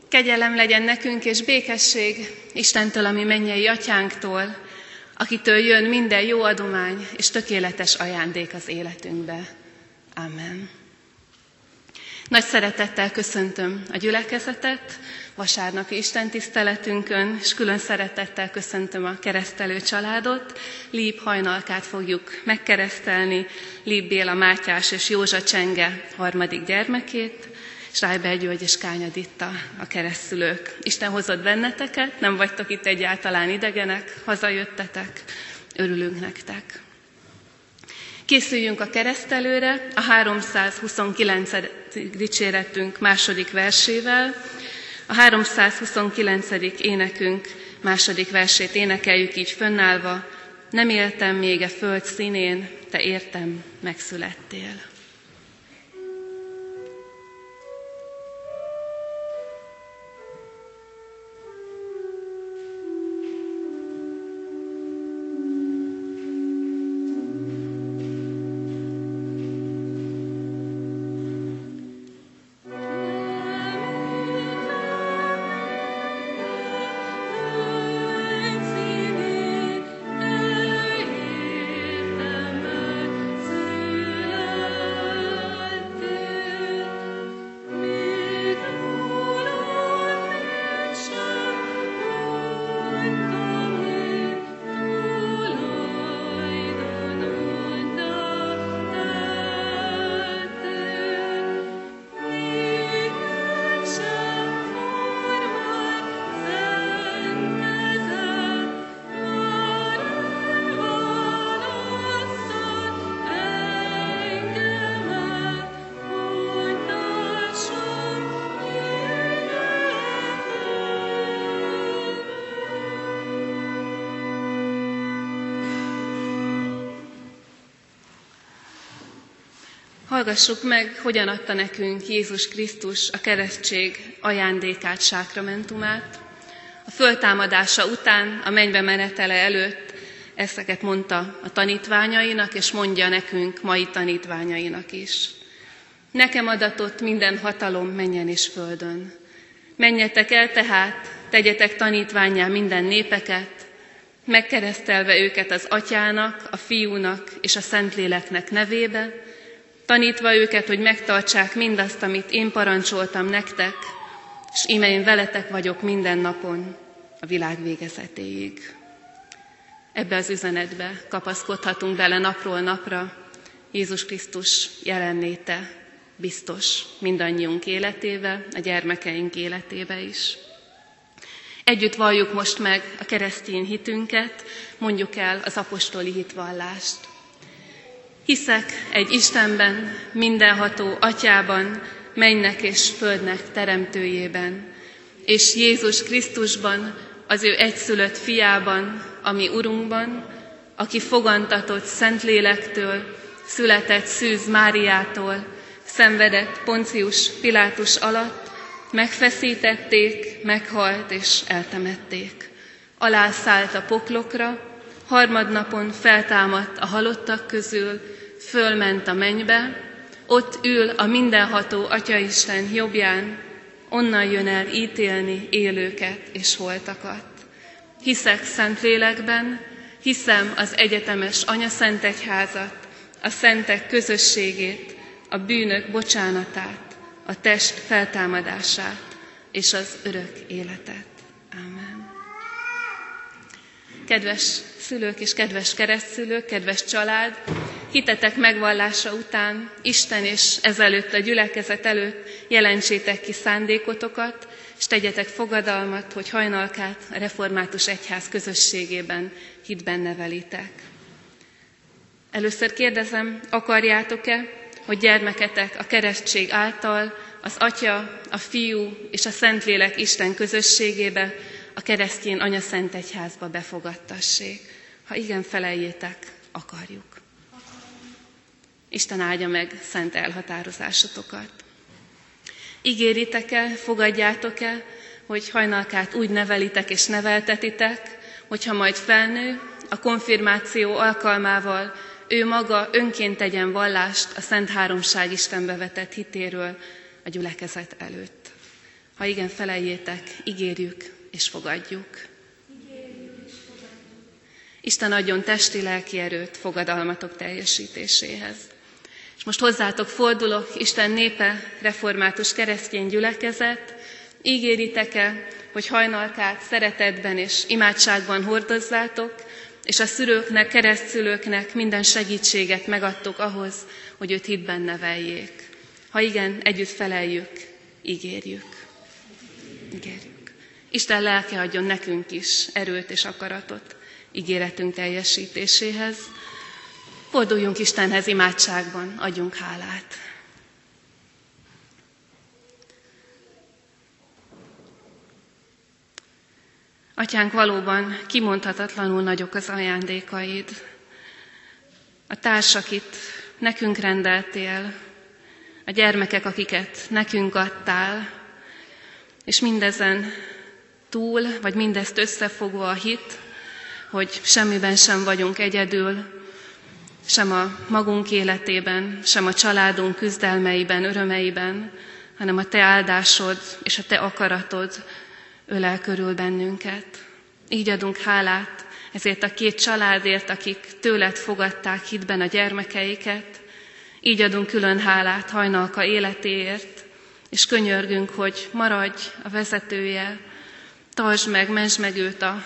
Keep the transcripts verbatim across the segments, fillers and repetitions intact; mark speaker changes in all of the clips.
Speaker 1: Kegyelem legyen nekünk és békesség Istentől, ami mennyei atyánktól, akitől jön minden jó adomány és tökéletes ajándék az életünkbe. Amen. Nagy szeretettel köszöntöm a gyülekezetet vasárnapi istentiszteletünkön, és külön szeretettel köszöntöm a keresztelő családot. Lip Hajnalkát fogjuk megkeresztelni, Lip Béla Mátyás és Józsa Csenge harmadik gyermekét, és Rájber György és Kánya Ditta a keresztülők. Isten hozott benneteket, nem vagytok itt egyáltalán idegenek, hazajöttetek, örülünk nektek. Készüljünk a keresztelőre a háromszázhuszonkilencedik dicséretünk második versével. A háromszázhuszonkilencedik énekünk második versét énekeljük így fönnállva. Nem éltem még a föld színén, te értem megszülettél. Hallgassuk meg, hogyan adta nekünk Jézus Krisztus a keresztség ajándékát, sákramentumát. A föltámadása után, a mennybe menetele előtt ezeket mondta a tanítványainak, és mondja nekünk, mai tanítványainak is. Nekem adatott minden hatalom mennyen és földön. Menjetek el tehát, tegyetek tanítvánnyá minden népeket, megkeresztelve őket az Atyának, a Fiúnak és a Szentléleknek nevébe, tanítva őket, hogy megtartsák mindazt, amit én parancsoltam nektek, és íme én veletek vagyok minden napon, a világ végezetéig. Ebbe az üzenetbe kapaszkodhatunk bele napról napra. Jézus Krisztus jelenléte biztos mindannyiunk életébe, a gyermekeink életébe is. Együtt valljuk most meg a keresztény hitünket, mondjuk el az apostoli hitvallást. Hiszek egy Istenben, mindenható Atyában, mennynek és földnek teremtőjében, és Jézus Krisztusban, az ő egyszülött fiában, ami Urunkban, aki fogantatott Szentlélektől, született Szűz Máriától, szenvedett Poncius Pilátus alatt, megfeszítették, meghalt és eltemették. Alászállt a poklokra, harmadnapon feltámadt a halottak közül, fölment a mennybe, ott ül a mindenható Atyaisten jobbján, onnan jön el ítélni élőket és holtakat. Hiszek Szentlélekben, hiszem az egyetemes Anyaszentegyházat, a szentek közösségét, a bűnök bocsánatát, a test feltámadását és az örök életet. Ámen. Kedves szülők és kedves keresztszülők, kedves család, hitetek megvallása után Isten és ezelőtt a gyülekezet előtt jelentsétek ki szándékotokat, és tegyetek fogadalmat, hogy Hajnalkát a református egyház közösségében hitben nevelitek. Először kérdezem, akarjátok-e, hogy gyermeketek a keresztség által az Atya, a Fiú és a Szentlélek Isten közösségébe, a keresztény Anyaszentegyházba befogadtassék? Ha igen, feleljétek, akarjuk. Isten áldja meg szent elhatározásotokat. Ígéritek-e, fogadjátok-e, hogy Hajnalkát úgy nevelitek és neveltetitek, hogyha majd felnő, a konfirmáció alkalmával ő maga önként tegyen vallást a Szent Háromság Istenbe vetett hitéről a gyülekezet előtt. Ha igen, feleljétek, ígérjük és fogadjuk. Isten adjon testi-lelki erőt fogadalmatok teljesítéséhez. És most hozzátok fordulok, Isten népe, református keresztény gyülekezet, ígéritek-e, hogy hajnalkát szeretetben és imádságban hordozzátok, és a szülőknek, keresztszülőknek minden segítséget megadtok ahhoz, hogy őt hitben neveljék. Ha igen, együtt feleljük, ígérjük. Ígérjük. Isten lelke adjon nekünk is erőt és akaratot ígéretünk teljesítéséhez. Forduljunk Istenhez imádságban, adjunk hálát. Atyánk, valóban kimondhatatlanul nagyok az ajándékaid. A társak itt nekünk rendeltél, a gyermekek, akiket nekünk adtál, és mindezen túl, vagy mindezt összefogva a hit, hogy semmiben sem vagyunk egyedül, sem a magunk életében, sem a családunk küzdelmeiben, örömeiben, hanem a te áldásod és a te akaratod ölel körül bennünket. Így adunk hálát ezért a két családért, akik tőled fogadták hitben a gyermekeiket. Így adunk külön hálát Hajnalka életéért, és könyörgünk, hogy maradj a vezetője, tartsd meg, mentsd meg őt a,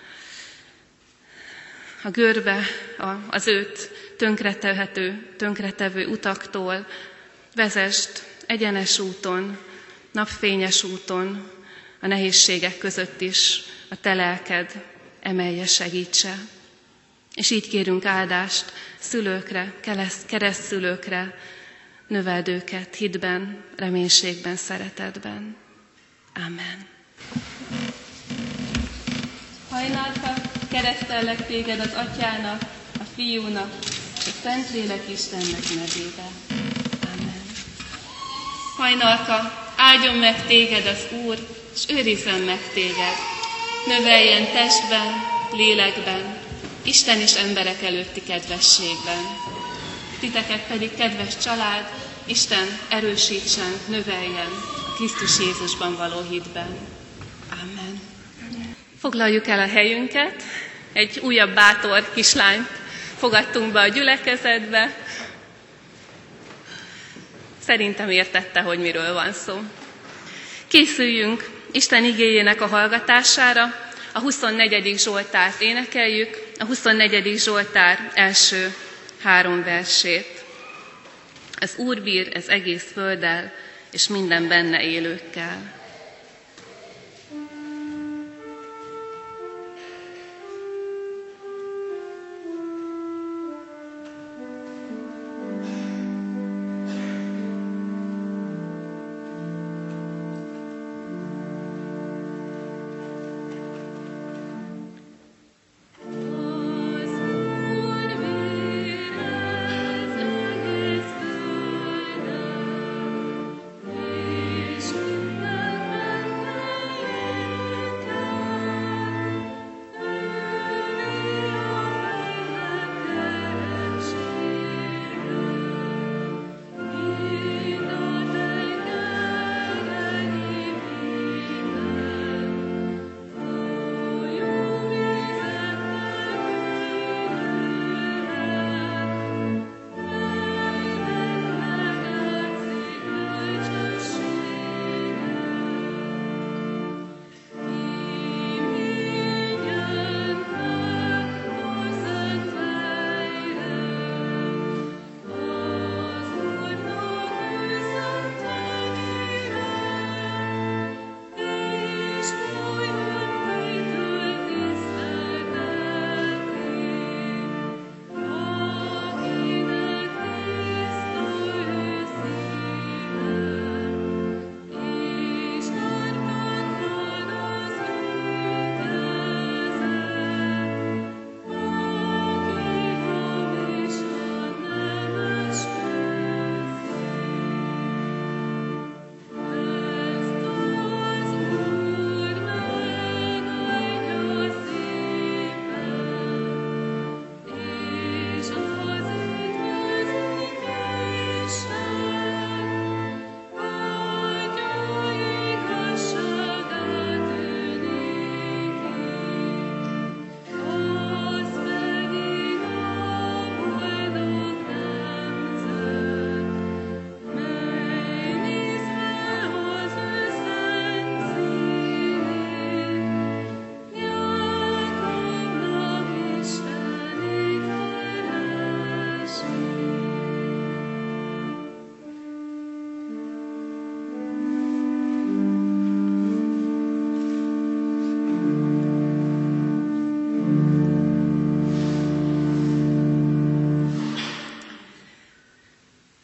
Speaker 1: a görbe, a, az őt tönkretehető, tönkretevő utaktól, vezesd egyenes úton, napfényes úton, a nehézségek között is a te lelked emelje, segítse. És így kérünk áldást szülőkre, keresztszülőkre, növeld őket hitben, reménységben, szeretetben. Amen. Hajnalka, keresztellek téged az Atyának, a Fiúnak, és a Szentlélek Istennek nevébe. Amen. Hajnalka, áldjon meg téged az Úr, és őrizzen meg téged. Növeljen testben, lélekben, Isten és emberek előtti kedvességben. Titeket pedig, kedves család, Isten erősítsen, növeljen a Krisztus Jézusban való hitben. Amen. Foglaljuk el a helyünket. Egy újabb bátor kislányt fogadtunk be a gyülekezetbe. Szerintem értette, hogy miről van szó. Készüljünk Isten igéjének a hallgatására. A huszonnegyedik Zsoltárt énekeljük, a huszonnegyedik Zsoltár első három versét. Az Úr bír ez egész földdel, és minden benne élőkkel.
Speaker 2: Thank you.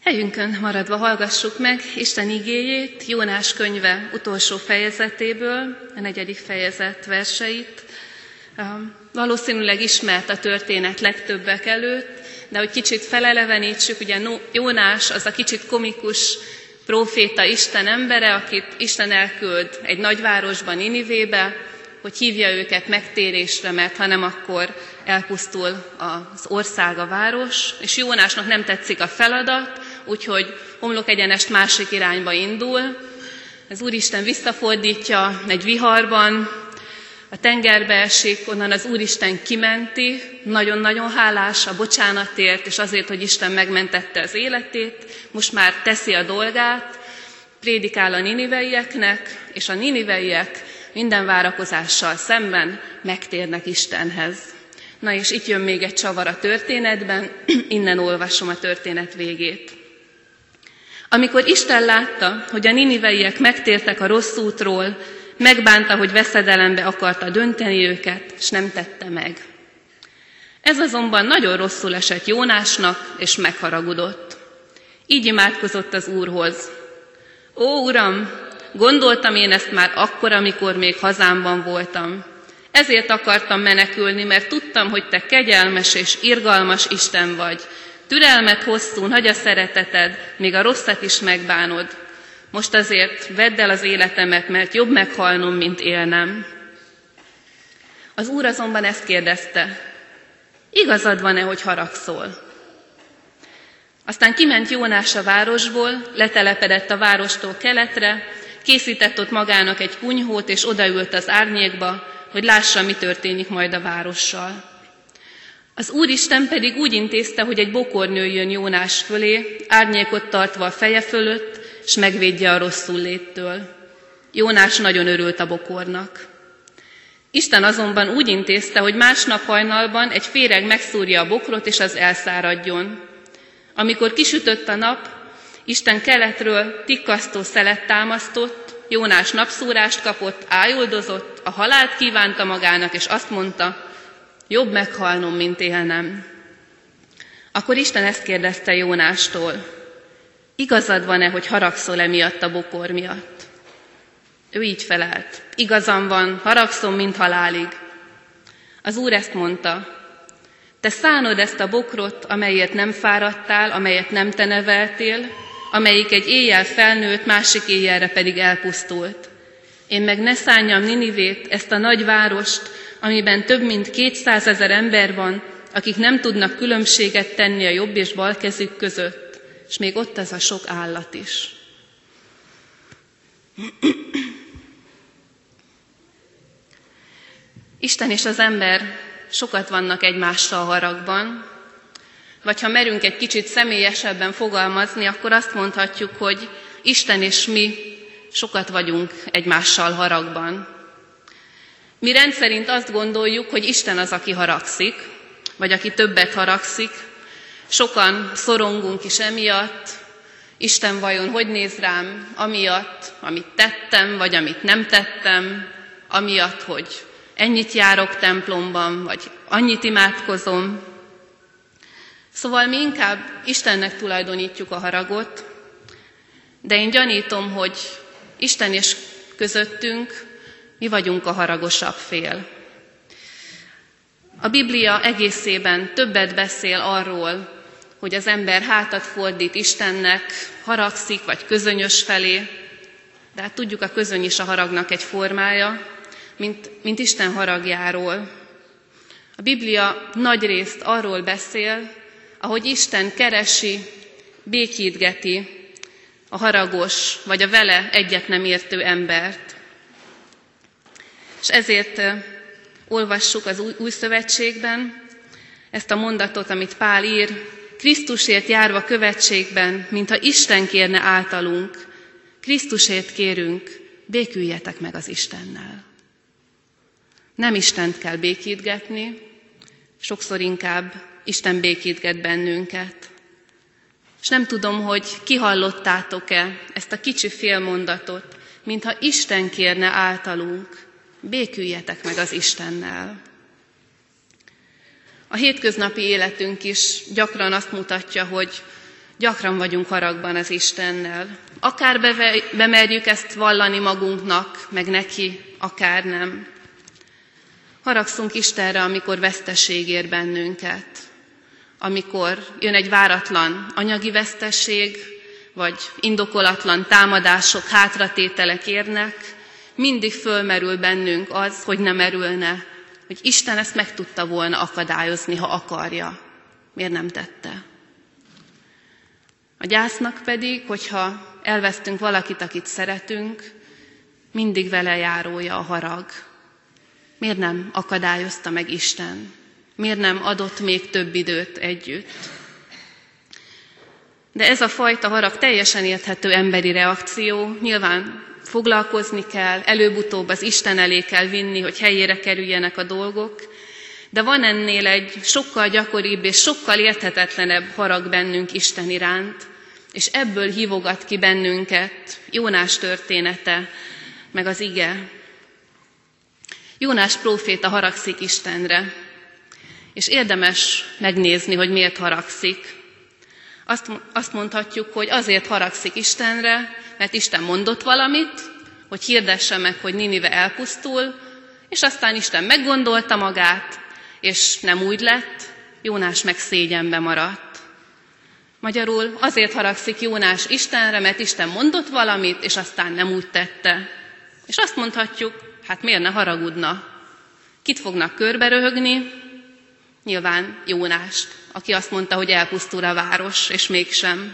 Speaker 1: Helyünkön maradva hallgassuk meg Isten igéjét, Jónás könyve utolsó fejezetéből, a negyedik fejezet verseit. Valószínűleg ismert a történet legtöbbek előtt, de hogy kicsit felelevenítsük, ugye Jónás az a kicsit komikus próféta Isten embere, akit Isten elküld egy nagyvárosban, Ninivébe, hogy hívja őket megtérésre, mert ha nem, akkor elpusztul az ország, a város, és Jónásnak nem tetszik a feladat, úgyhogy homlokegyenest másik irányba indul. Az Úristen visszafordítja egy viharban, a tengerbe esik, onnan az Úristen kimenti, nagyon-nagyon hálás a bocsánatért, és azért, hogy Isten megmentette az életét, most már teszi a dolgát, prédikál a niniveieknek, és a niniveiek minden várakozással szemben megtérnek Istenhez. Na és itt jön még egy csavar a történetben, innen olvasom a történet végét. Amikor Isten látta, hogy a niniveiek megtértek a rossz útról, megbánta, hogy veszedelembe akarta dönteni őket, és nem tette meg. Ez azonban nagyon rosszul esett Jónásnak, és megharagudott. Így imádkozott az Úrhoz. Ó, Uram, gondoltam én ezt már akkor, amikor még hazámban voltam. Ezért akartam menekülni, mert tudtam, hogy te kegyelmes és irgalmas Isten vagy. Türelmet hosszú, nagy a szereteted, még a rosszat is megbánod. Most azért vedd el az életemet, mert jobb meghalnom, mint élnem. Az Úr azonban ezt kérdezte. Igazad van-e, hogy haragszol? Aztán kiment Jónás a városból, letelepedett a várostól keletre, készített ott magának egy kunyhót, és odaült az árnyékba, hogy lássa, mi történik majd a várossal. Az Úristen pedig úgy intézte, hogy egy bokornő jön Jónás fölé, árnyékot tartva a feje fölött, és megvédje a rosszul léttől. Jónás nagyon örült a bokornak. Isten azonban úgy intézte, hogy másnap hajnalban egy féreg megszúrja a bokrot, és az elszáradjon. Amikor kisütött a nap, Isten keletről tikkasztó szelet támasztott, Jónás napszúrást kapott, ájuldozott, a halált kívánta magának, és azt mondta, jobb meghalnom, mint élnem. Akkor Isten ezt kérdezte Jónástól, igazad van-e, hogy haragszol emiatt a bokor miatt? Ő így felelt, igazam van, haragszom, mint halálig. Az Úr ezt mondta, te szánod ezt a bokrot, amelyet nem fáradtál, amelyet nem te neveltél, amelyik egy éjjel felnőtt, másik éjjelre pedig elpusztult. Én meg ne szánjam Ninivét, ezt a nagy várost, amiben több mint kétszázezer ember van, akik nem tudnak különbséget tenni a jobb és bal kezük között, és még ott az a sok állat is. Isten és az ember sokat vannak egymással haragban, vagy ha merünk egy kicsit személyesebben fogalmazni, akkor azt mondhatjuk, hogy Isten és mi sokat vagyunk egymással haragban. Mi rendszerint azt gondoljuk, hogy Isten az, aki haragszik, vagy aki többet haragszik. Sokan szorongunk is emiatt. Isten vajon hogy néz rám amiatt, amit tettem, vagy amit nem tettem, amiatt, hogy ennyit járok templomban, vagy annyit imádkozom. Szóval mi inkább Istennek tulajdonítjuk a haragot, de én gyanítom, hogy Isten és közöttünk mi vagyunk a haragosabb fél. A Biblia egészében többet beszél arról, hogy az ember hátat fordít Istennek, haragszik vagy közönyös felé, de hát tudjuk, a közöny is a haragnak egy formája, mint, mint Isten haragjáról. A Biblia nagyrészt arról beszél, ahogy Isten keresi, békítgeti a haragos, vagy a vele egyet nem értő embert. És ezért olvassuk az új, új szövetségben ezt a mondatot, amit Pál ír, Krisztusért járva követségben, mintha Isten kérne általunk, Krisztusért kérünk, béküljetek meg az Istennel. Nem Istent kell békítgetni, sokszor inkább Isten békítget bennünket. És nem tudom, hogy kihallottátok-e ezt a kicsi félmondatot, mintha Isten kérne általunk, béküljetek meg az Istennel. A hétköznapi életünk is gyakran azt mutatja, hogy Gyakran vagyunk haragban az Istennel. Akár bemerjük ezt vallani magunknak, meg neki, akár nem. Haragszunk Istenre, amikor veszteség ér bennünket. Amikor jön egy váratlan anyagi veszteség, vagy indokolatlan támadások, hátratételek érnek, mindig fölmerül bennünk az, hogy nem merülne, hogy Isten ezt meg tudta volna akadályozni, ha akarja. Miért nem tette? A gyásznak pedig, hogyha elvesztünk valakit, akit szeretünk, mindig vele járója a harag. Miért nem akadályozta meg Isten? Miért nem adott még több időt együtt? De ez a fajta harag teljesen érthető emberi reakció. Nyilván foglalkozni kell, előbb-utóbb az Isten elé kell vinni, hogy helyére kerüljenek a dolgok, de van ennél egy sokkal gyakoribb és sokkal érthetetlenebb harag bennünk Isten iránt, és ebből hívogat ki bennünket Jónás története, meg az ige. Jónás próféta haragszik Istenre, és érdemes megnézni, hogy miért haragszik. Azt, azt mondhatjuk, hogy azért haragszik Istenre, mert Isten mondott valamit, hogy hirdesse meg, hogy Ninive elpusztul, és aztán Isten meggondolta magát, és nem úgy lett, Jónás meg szégyenbe maradt. Magyarul azért haragszik Jónás Istenre, mert Isten mondott valamit, és aztán nem úgy tette. És azt mondhatjuk, hát miért ne haragudna? Kit fognak körberöhögni? Nyilván Jónást, aki azt mondta, hogy elpusztul a város, és mégsem.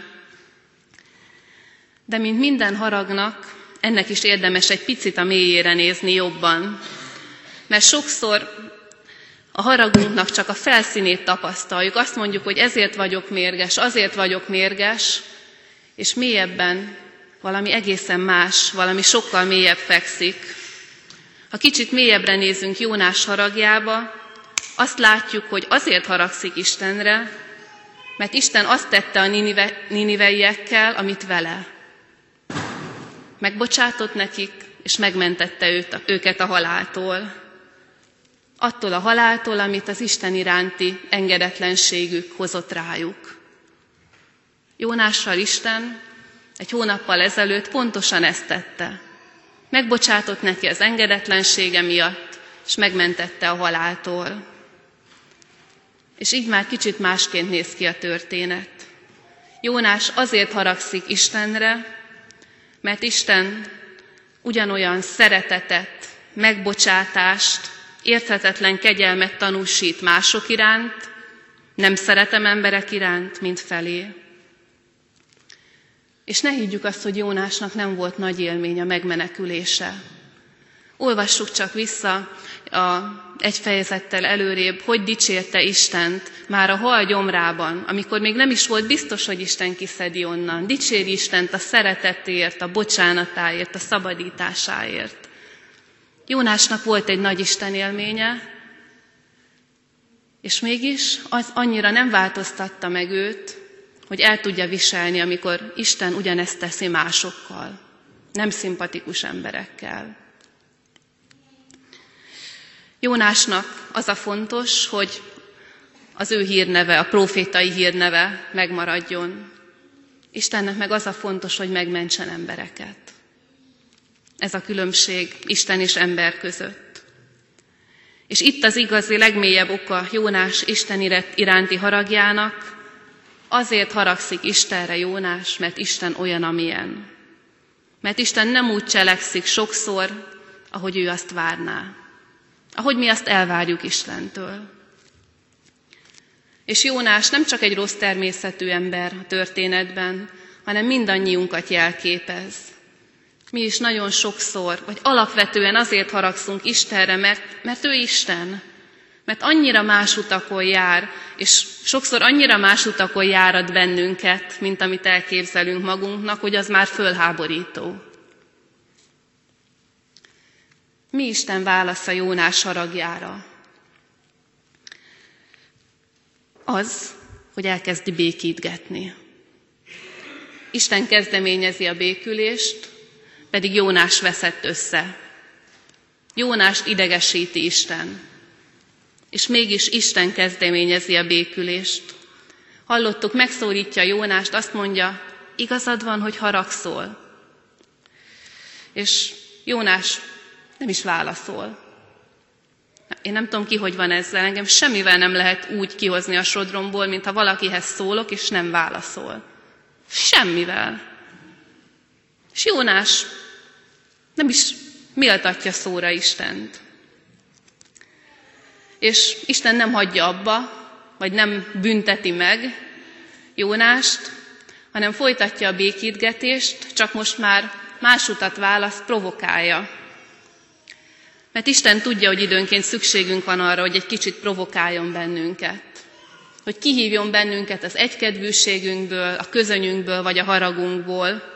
Speaker 1: De mint minden haragnak, ennek is érdemes egy picit a mélyére nézni jobban. Mert sokszor a haragunknak csak a felszínét tapasztaljuk. Azt mondjuk, hogy ezért vagyok mérges, azért vagyok mérges, és mélyebben valami egészen más, valami sokkal mélyebb fekszik. Ha kicsit mélyebbre nézünk Jónás haragjába, azt látjuk, hogy azért haragszik Istenre, mert Isten azt tette a ninive, niniveiekkel, amit vele. Megbocsátott nekik, és megmentette őt, őket a haláltól. Attól a haláltól, amit az Isten iránti engedetlenségük hozott rájuk. Jónással Isten egy hónappal ezelőtt pontosan ezt tette. Megbocsátott neki az engedetlensége miatt, és megmentette a haláltól. És így már kicsit másként néz ki a történet. Jónás azért haragszik Istenre, mert Isten ugyanolyan szeretetet, megbocsátást, érthetetlen kegyelmet tanúsít mások iránt, nem szeretem emberek iránt, mint felé. És ne higgyük azt, hogy Jónásnak nem volt nagy élmény a megmenekülése. Olvassuk csak vissza a, egy fejezettel előrébb, hogy dicsérte Istent már a hal gyomrában, amikor még nem is volt biztos, hogy Isten kiszedi onnan. Dicséri Istent a szeretetért, a bocsánatáért, a szabadításáért. Jónásnak volt egy nagy Isten élménye, és mégis az annyira nem változtatta meg őt, hogy el tudja viselni, amikor Isten ugyanezt teszi másokkal, nem szimpatikus emberekkel. Jónásnak az a fontos, hogy az ő hírneve, a prófétai hírneve megmaradjon. Istennek meg az a fontos, hogy megmentsen embereket. Ez a különbség Isten és ember között. És itt az igazi legmélyebb oka Jónás Isten iránti haragjának. Azért haragszik Istenre Jónás, mert Isten olyan, amilyen. Mert Isten nem úgy cselekszik sokszor, ahogy ő azt várná. Ahogy mi azt elvárjuk Istentől. És Jónás nem csak egy rossz természetű ember a történetben, hanem mindannyiunkat jelképez. Mi is nagyon sokszor, vagy alapvetően azért haragszunk Istenre, mert, mert ő Isten. Mert annyira más utakon jár, és sokszor annyira más utakon járat bennünket, mint amit elképzelünk magunknak, hogy az már fölháborító. Mi Isten válasza Jónás haragjára? Az, hogy elkezdi békítgetni. Isten kezdeményezi a békülést, pedig Jónás veszett össze. Jónást idegesíti Isten. És mégis Isten kezdeményezi a békülést. Hallottuk, megszólítja Jónást, azt mondja, igazad van, hogy haragszol. És Jónás nem is válaszol. Én nem tudom ki, hogy van ezzel, engem semmivel nem lehet úgy kihozni a sodromból, mint ha valakihez szólok, és nem válaszol. Semmivel. És Jónás nem is méltatja szóra Istent. És Isten nem hagyja abba, vagy nem bünteti meg Jónást, hanem folytatja a békítgetést, csak most már más utat választ, provokálja. Mert Isten tudja, hogy időnként szükségünk van arra, hogy egy kicsit provokáljon bennünket. Hogy kihívjon bennünket az egykedvűségünkből, a közönyünkből, vagy a haragunkból.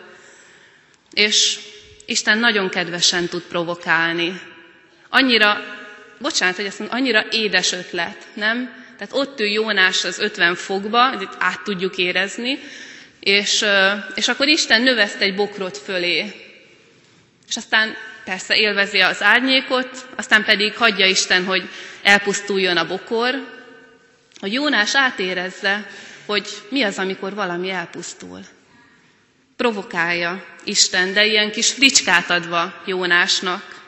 Speaker 1: És Isten nagyon kedvesen tud provokálni. Annyira, bocsánat, hogy ezt mondom, annyira édes ötlet, nem? Tehát ott ül Jónás az ötven fokba, itt át tudjuk érezni, és, és akkor Isten növeszt egy bokrot fölé. És aztán persze élvezi az árnyékot, aztán pedig hagyja Isten, hogy elpusztuljon a bokor, hogy Jónás átérezze, hogy mi az, amikor valami elpusztul. Provokálja Isten, de ilyen kis fricskát adva Jónásnak.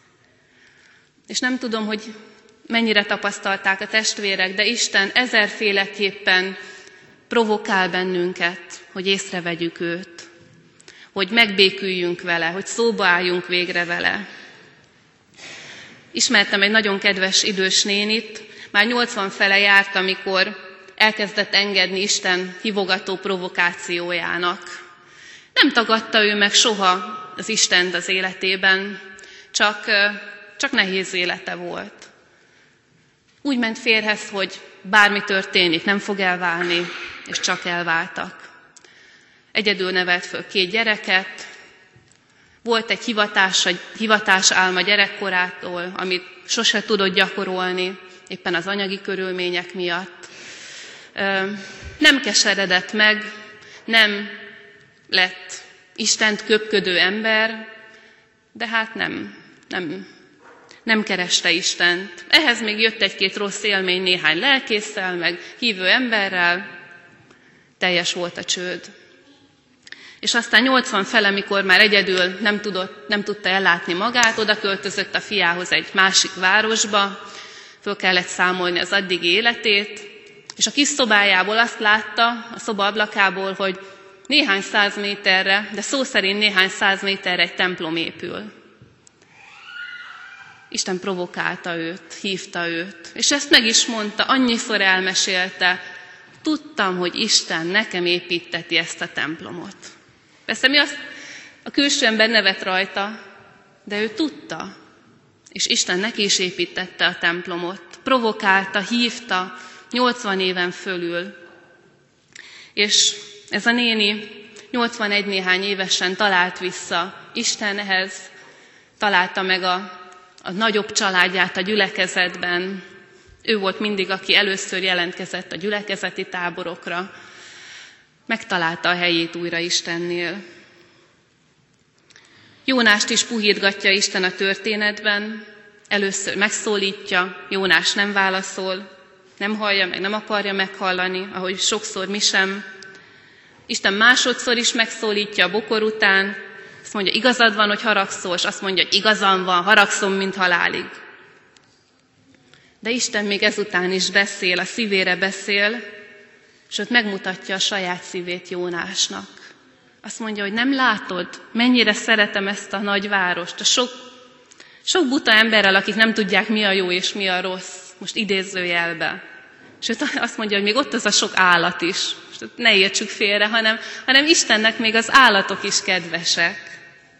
Speaker 1: És nem tudom, hogy mennyire tapasztalták a testvérek, de Isten ezerféleképpen provokál bennünket, hogy észrevegyük őt, hogy megbéküljünk vele, hogy szóba álljunk végre vele. Ismertem egy nagyon kedves idős nénit, már nyolcvan fele járt, amikor elkezdett engedni Isten hívogató provokációjának. Nem tagadta ő meg soha az Istent az életében, csak, csak nehéz élete volt. Úgy ment férjhez, hogy bármi történik, nem fog elválni, és csak elváltak. Egyedül nevelt föl két gyereket, volt egy hivatás, egy hivatás álma gyerekkorától, amit sose tudott gyakorolni, éppen az anyagi körülmények miatt. Nem keseredett meg, nem lett Istent köpködő ember, de hát nem, nem, nem kereste Istent. Ehhez még jött egy-két rossz élmény néhány lelkésszel, meg hívő emberrel, teljes volt a csőd. És aztán nyolcvan fele, mikor már egyedül nem, tudott, nem tudta ellátni magát, oda költözött a fiához egy másik városba, föl kellett számolni az addigi életét, és a kis szobájából azt látta, a szoba ablakából, hogy néhány száz méterre, de szó szerint néhány száz méterre egy templom épül. Isten provokálta őt, hívta őt, és ezt meg is mondta, annyiszor elmesélte, tudtam, hogy Isten nekem építteti ezt a templomot. Persze mi azt, a külső ember nevet rajta, de ő tudta, és Isten neki is építette a templomot, provokálta, hívta, nyolcvan éven fölül. És ez a néni nyolcvanegy néhány évesen talált vissza Istenhez, találta meg a, a nagyobb családját a gyülekezetben. Ő volt mindig, aki először jelentkezett a gyülekezeti táborokra. Megtalálta a helyét újra Istennél. Jónást is puhítgatja Isten a történetben. Először megszólítja, Jónás nem válaszol, nem hallja meg, nem akarja meghallani, ahogy sokszor mi sem. Isten másodszor is megszólítja a bokor után, azt mondja, igazad van, hogy haragszol, és azt mondja, hogy igazam van, haragszom, mint halálig. De Isten még ezután is beszél, a szívére beszél, és ott megmutatja a saját szívét Jónásnak. Azt mondja, hogy nem látod, mennyire szeretem ezt a nagy várost, a sok, sok buta emberrel, akik nem tudják, mi a jó és mi a rossz, most idézőjelbe. És azt mondja, hogy még ott az a sok állat is. Most ne értsük félre, hanem, hanem Istennek még az állatok is kedvesek.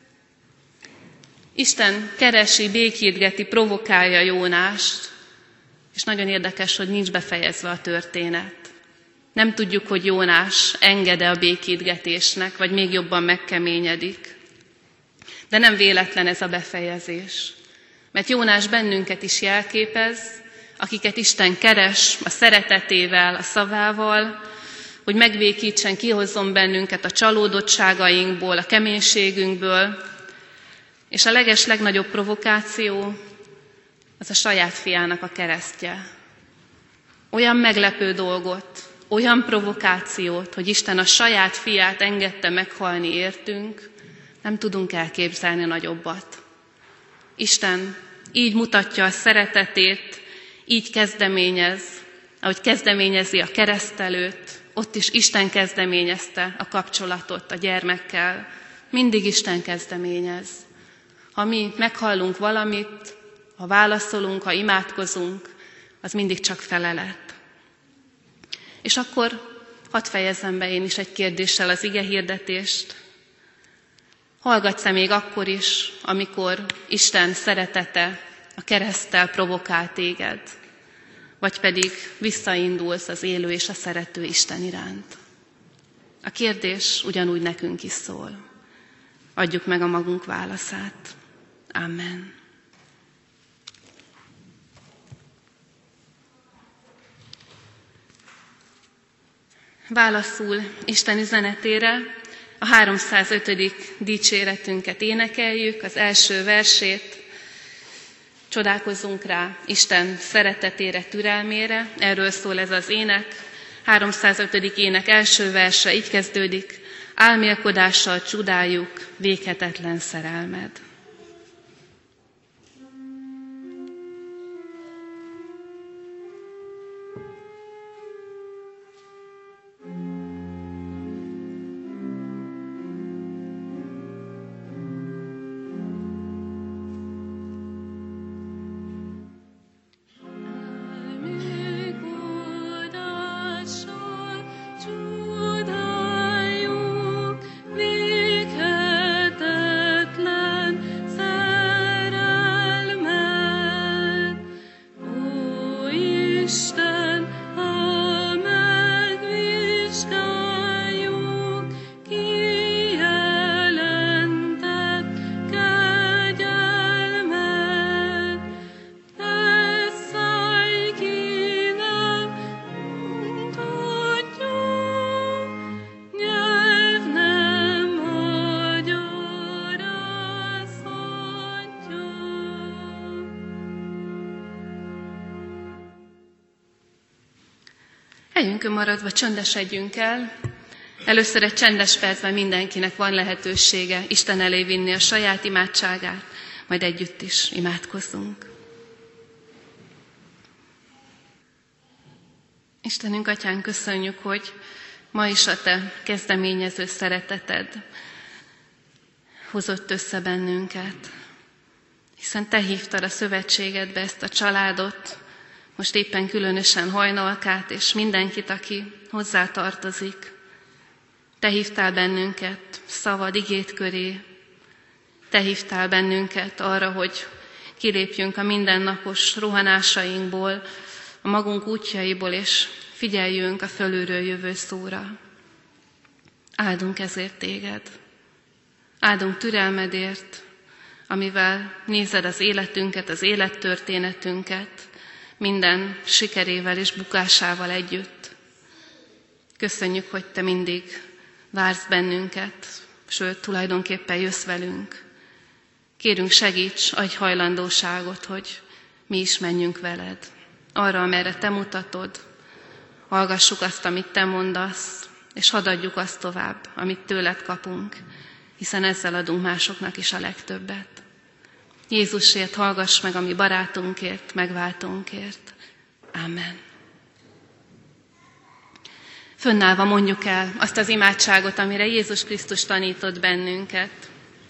Speaker 1: Isten keresi, békítgeti, provokálja Jónást, és nagyon érdekes, hogy nincs befejezve a történet. Nem tudjuk, hogy Jónás enged-e a békítgetésnek, vagy még jobban megkeményedik. De nem véletlen ez a befejezés. Mert Jónás bennünket is jelképez, akiket Isten keres a szeretetével, a szavával, hogy megbékítsen, kihozzon bennünket a csalódottságainkból, a keménységünkből, és a leges, legnagyobb provokáció az a saját fiának a keresztje. Olyan meglepő dolgot olyan provokációt, hogy Isten a saját fiát engedte meghalni értünk, nem tudunk elképzelni nagyobbat. Isten így mutatja a szeretetét, így kezdeményez, ahogy kezdeményezi a kereszt előtt, ott is Isten kezdeményezte a kapcsolatot a gyermekkel. Mindig Isten kezdeményez. Ha mi meghallunk valamit, ha válaszolunk, ha imádkozunk, az mindig csak felelet. És akkor hadd fejezzem be én is egy kérdéssel az igehirdetést. Hallgatsz-e még akkor is, amikor Isten szeretete a kereszttel provokál téged, vagy pedig visszaindulsz az élő és a szerető Isten iránt? A kérdés ugyanúgy nekünk is szól. Adjuk meg a magunk válaszát. Amen. Válaszul Isten üzenetére a háromszázötödik dicséretünket énekeljük, az első versét. Csodálkozzunk rá Isten szeretetére, türelmére. Erről szól ez az ének. háromszázötödik ének első verse így kezdődik. Álmélkodással csodáljuk véghetetlen szerelmed. Helyünkön maradva csöndesedjünk el. Először egy csendes percben mindenkinek van lehetősége Isten elé vinni a saját imádságát, majd együtt is imádkozzunk. Istenünk, Atyánk, köszönjük, hogy ma is a Te kezdeményező szereteted hozott össze bennünket, hiszen Te hívtad a szövetségedbe ezt a családot, most éppen különösen Hajnalkát és mindenkit, aki hozzá tartozik. Te hívtál bennünket szavad igét köré, Te hívtál bennünket arra, hogy kilépjünk a mindennapos rohanásainkból, a magunk útjaiból, és figyeljünk a fölülről jövő szóra. Áldunk ezért Téged. Áldunk türelmedért, amivel nézed az életünket, az élettörténetünket, minden sikerével és bukásával együtt. Köszönjük, hogy Te mindig vársz bennünket, sőt, tulajdonképpen jössz velünk. Kérünk, segíts, adj hajlandóságot, hogy mi is menjünk veled. Arra, amerre Te mutatod, hallgassuk azt, amit Te mondasz, és hadd adjuk azt tovább, amit tőled kapunk, hiszen ezzel adunk másoknak is a legtöbbet. Jézusért hallgass meg a mi barátunkért, megváltónkért. Amen. Fönnállva mondjuk el azt az imádságot, amire Jézus Krisztus tanított bennünket.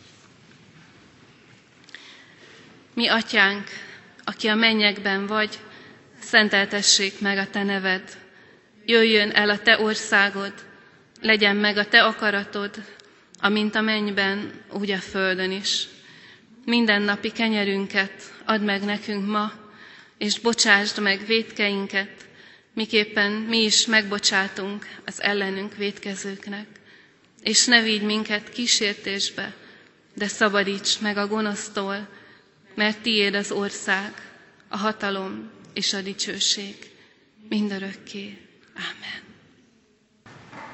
Speaker 1: Mi Atyánk, aki a mennyekben vagy, szenteltessék meg a Te neved. Jöjjön el a Te országod, legyen meg a Te akaratod, amint a mennyben, úgy a földön is. Mindennapi kenyerünket add meg nekünk ma, és bocsásd meg vétkeinket, miképpen mi is megbocsátunk az ellenünk vétkezőknek. És ne vigy minket kísértésbe, de szabadíts meg a gonosztól, mert Tiéd az ország, a hatalom és a dicsőség mindörökké. Ámen.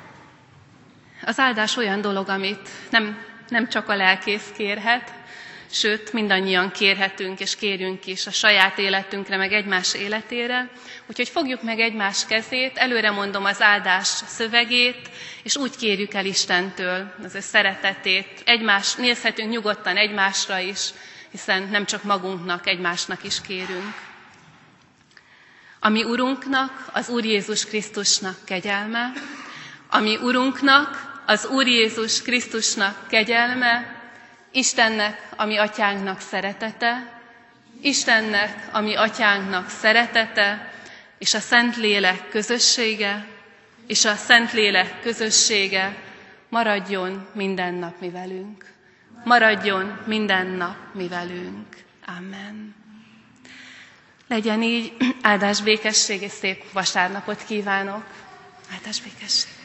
Speaker 1: Az áldás olyan dolog, amit nem, nem csak a lelkész kérhet, sőt, mindannyian kérhetünk és kérjünk is a saját életünkre, meg egymás életére. Úgyhogy fogjuk meg egymás kezét, előre mondom az áldás szövegét, és úgy kérjük el Istentől az ő szeretetét. Egymás, nézhetünk nyugodtan egymásra is, hiszen nem csak magunknak, egymásnak is kérünk. A mi Urunknak, az Úr Jézus Krisztusnak kegyelme, a mi Urunknak, az Úr Jézus Krisztusnak kegyelme, Istennek, a mi Atyánknak szeretete, Istennek, a mi Atyánknak szeretete, és a Szentlélek közössége, és a Szentlélek közössége maradjon minden nap mi velünk. Maradjon minden nap mi velünk. Amen. Legyen így, áldás békesség és szép vasárnapot kívánok. Áldás békesség.